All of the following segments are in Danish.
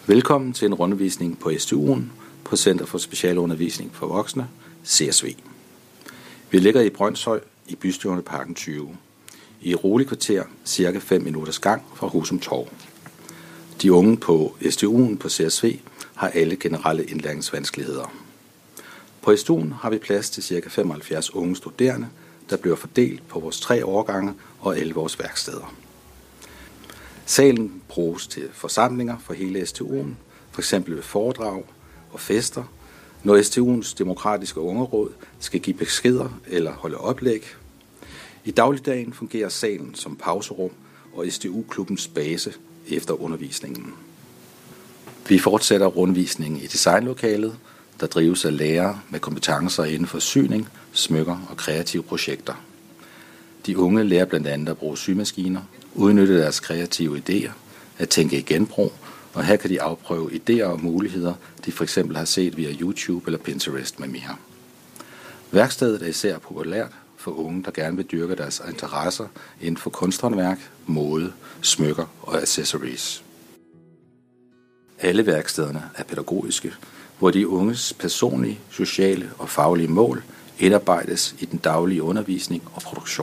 Velkommen til en rundvisning på SDU'en på Center for Specialundervisning for Voksne, CSV. Vi ligger i Brønshøj i Bystævneparken 20, i et roligt kvarter, cirka 5 minutters gang fra Husum Torv. De unge på SDU'en på CSV har alle generelle indlæringsvanskeligheder. På SDU'en har vi plads til ca. 75 unge studerende, der bliver fordelt på vores 3 årgange og 11 vores værksteder. Salen bruges til forsamlinger for hele SDU'en, f.eks. ved foredrag og fester, når SDU'ens demokratiske ungeråd skal give beskeder eller holde oplæg. I dagligdagen fungerer salen som pauserum og SDU-klubbens base efter undervisningen. Vi fortsætter rundvisningen i designlokalet, der drives af lærere med kompetencer inden for syning, smykker og kreative projekter. De unge lærer blandt andet at bruge symaskiner, udnytte deres kreative idéer, at tænke i genbrug, og her kan de afprøve idéer og muligheder, de f.eks. har set via YouTube eller Pinterest med mere. Værkstedet er især populært for unge, der gerne vil dyrke deres interesser inden for kunsthåndværk, mode, smykker og accessories. Alle værkstederne er pædagogiske, hvor de unges personlige, sociale og faglige mål indarbejdes i den daglige undervisning og produktion.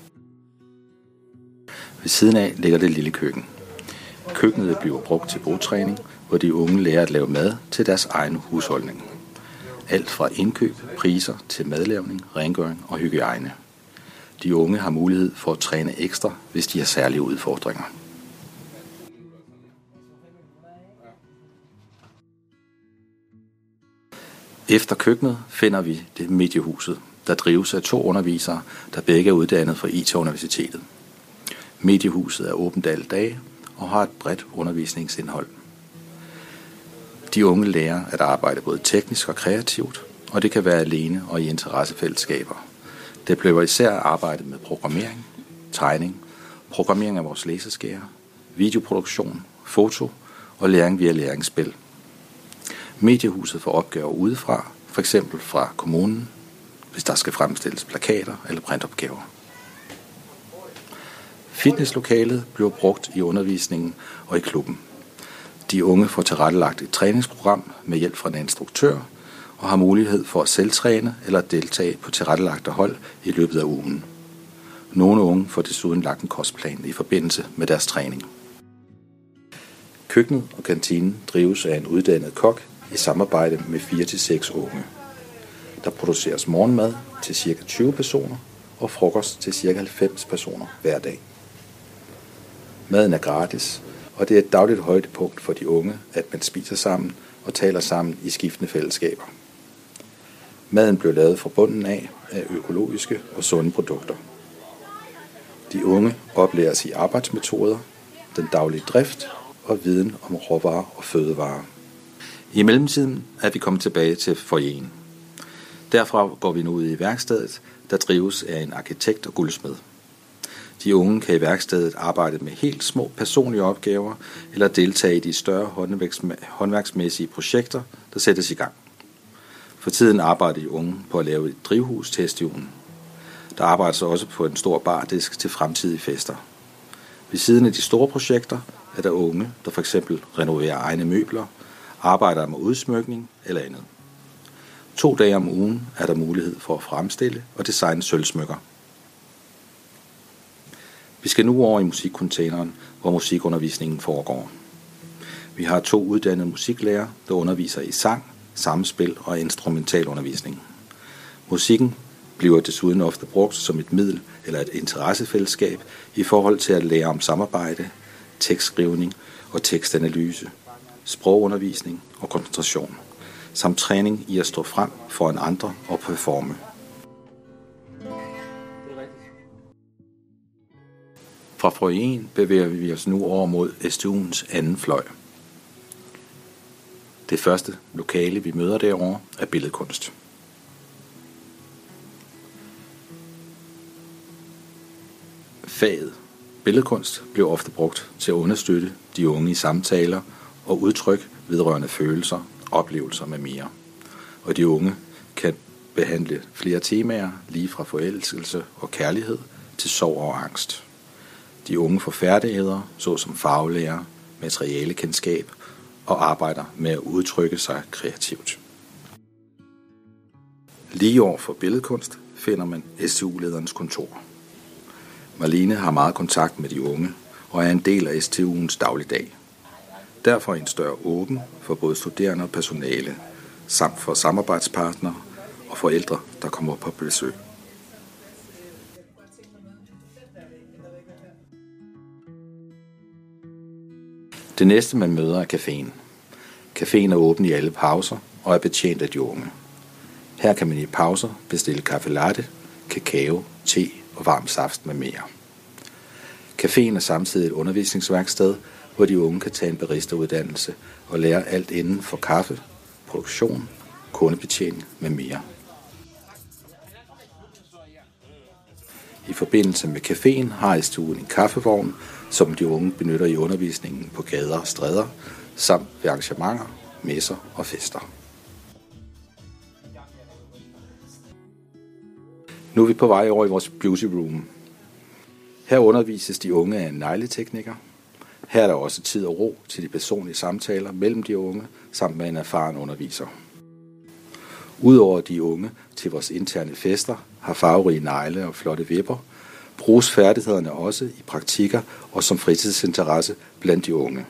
Ved siden af ligger det lille køkken. Køkkenet bliver brugt til bordtræning, hvor de unge lærer at lave mad til deres egen husholdning. Alt fra indkøb, priser til madlavning, rengøring og hygiejne. De unge har mulighed for at træne ekstra, hvis de har særlige udfordringer. Efter køkkenet finder vi det mediehuset, der drives af 2 undervisere, der begge er uddannet fra IT-universitetet. Mediehuset er åbent alle dage og har et bredt undervisningsindhold. De unge lærer at arbejde både teknisk og kreativt, og det kan være alene og i interessefællesskaber. Det bliver især arbejdet med programmering, tegning, programmering af vores laserskærer, videoproduktion, foto og læring via læringsspil. Mediehuset får opgaver udefra, f.eks. fra kommunen, hvis der skal fremstilles plakater eller printopgaver. Fitnesslokalet bliver brugt i undervisningen og i klubben. De unge får tilrettelagt et træningsprogram med hjælp fra en instruktør og har mulighed for at selvtræne eller deltage på tilrettelagte hold i løbet af ugen. Nogle unge får desuden lagt en kostplan i forbindelse med deres træning. Køkkenet og kantinen drives af en uddannet kok i samarbejde med 4-6 unge. Der produceres morgenmad til ca. 20 personer og frokost til ca. 90 personer hver dag. Maden er gratis, og det er et dagligt højdepunkt for de unge, at man spiser sammen og taler sammen i skiftende fællesskaber. Maden bliver lavet fra bunden af økologiske og sunde produkter. De unge oplæres i arbejdsmetoder, den daglige drift og viden om råvarer og fødevarer. I mellemtiden er vi kommet tilbage til foyeren. Derfra går vi nu ud i værkstedet, der drives af en arkitekt og guldsmed. De unge kan i værkstedet arbejde med helt små personlige opgaver eller deltage i de større håndværksmæssige projekter, der sættes i gang. For tiden arbejder de unge på at lave et drivhus til SDU'en. Der arbejdes også på en stor bardisk til fremtidige fester. Ved siden af de store projekter er der unge, der f.eks. renoverer egne møbler, arbejder med udsmykning eller andet. 2 dage om ugen er der mulighed for at fremstille og designe sølvsmykker. Vi skal nu over i musikcontaineren, hvor musikundervisningen foregår. Vi har 2 uddannede musiklærere, der underviser i sang, samspil og instrumentalundervisning. Musikken bliver desuden ofte brugt som et middel eller et interessefællesskab i forhold til at lære om samarbejde, tekstskrivning og tekstanalyse, sprogundervisning og koncentration, samt træning i at stå frem foran andre og performe. Fra foyeren bevæger vi os nu over mod SDU'ens anden fløj. Det første lokale, vi møder derovre, er billedkunst. Faget billedkunst bliver ofte brugt til at understøtte de unge i samtaler og udtryk vedrørende følelser, oplevelser med mere. Og de unge kan behandle flere temaer, lige fra forelskelse og kærlighed til sorg og angst. De unge får færdigheder, såsom farvelære, materialekendskab og arbejder med at udtrykke sig kreativt. Lige over for billedkunst finder man STU-lederens kontor. Marlene har meget kontakt med de unge og er en del af STU'ens dagligdag. Derfor er en større åben for både studerende og personale, samt for samarbejdspartnere og forældre, der kommer på besøg. Det næste, man møder, er caféen. Caféen er åben i alle pauser og er betjent af de unge. Her kan man i pauser bestille kaffe latte, kakao, te og varm saft med mere. Caféen er samtidig et undervisningsværksted, hvor de unge kan tage en baristauddannelse og lære alt inden for kaffe, produktion, kundebetjening med mere. I forbindelse med caféen har STU'en en kaffevogn, som de unge benytter i undervisningen på gader og stræder, samt ved arrangementer, messer og fester. Nu er vi på vej over i vores beauty room. Her undervises de unge af en negletekniker. Her er der også tid og ro til de personlige samtaler mellem de unge, samt med en erfaren underviser. Udover de unge til vores interne fester, har farverige negle og flotte vipper, bruges færdighederne også i praktikker og som fritidsinteresse blandt de unge.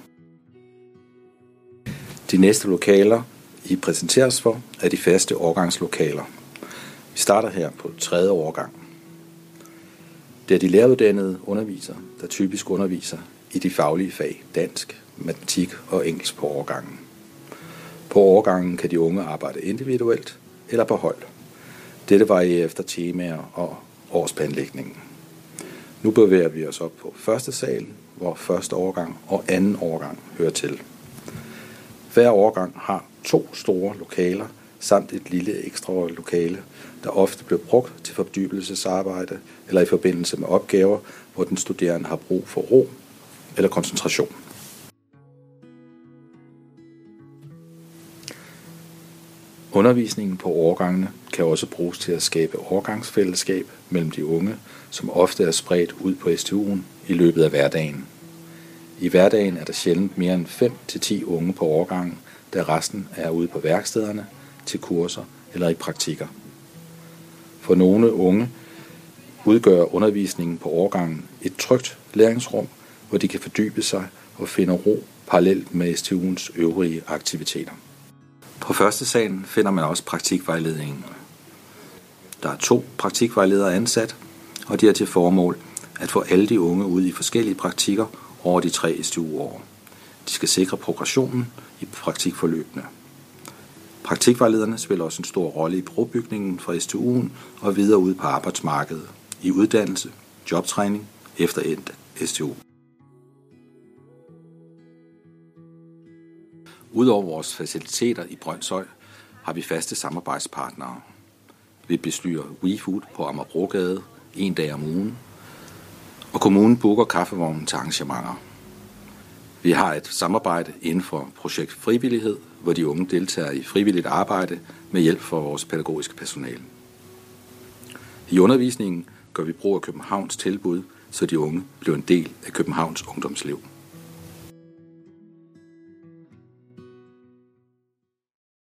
De næste lokaler, I præsenteres for, er de faste årgangslokaler. Vi starter her på 3. årgang. Det er de læreruddannede undervisere, der typisk underviser i de faglige fag dansk, matematik og engelsk på årgangen. På årgangen kan de unge arbejde individuelt eller på hold. Dette varierer efter temaer og årsplanlægningen. Nu bevæger vi os op på første sal, hvor første årgang og anden årgang hører til. Hver årgang har 2 store lokaler samt et lille ekstra lokale, der ofte bliver brugt til fordybelsesarbejde eller i forbindelse med opgaver, hvor den studerende har brug for ro eller koncentration. Undervisningen på årgangene kan også bruges til at skabe årgangsfællesskab mellem de unge, som ofte er spredt ud på STU'en i løbet af hverdagen. I hverdagen er der sjældent mere end 5-10 unge på årgangen, da resten er ude på værkstederne, til kurser eller i praktikker. For nogle unge udgør undervisningen på årgangen et trygt læringsrum, hvor de kan fordybe sig og finde ro parallelt med STU'ens øvrige aktiviteter. På første salen finder man også praktikvejledningen. Der er 2 praktikvejledere ansat, og de har til formål at få alle de unge ud i forskellige praktikker over de 3 STU-år. De skal sikre progressionen i praktikforløbene. Praktikvejlederne spiller også en stor rolle i brobygningen fra STU'en og videre ud på arbejdsmarkedet, i uddannelse, jobtræning efter endt STU. Udover vores faciliteter i Brønshøj har vi faste samarbejdspartnere. Vi bestyrer WeFood på Amagerbrogade 1 dag om ugen, og kommunen booker kaffevognen til arrangementer. Vi har et samarbejde inden for projekt Frivillighed, hvor de unge deltager i frivilligt arbejde med hjælp fra vores pædagogiske personale. I undervisningen gør vi brug af Københavns tilbud, så de unge bliver en del af Københavns ungdomsliv.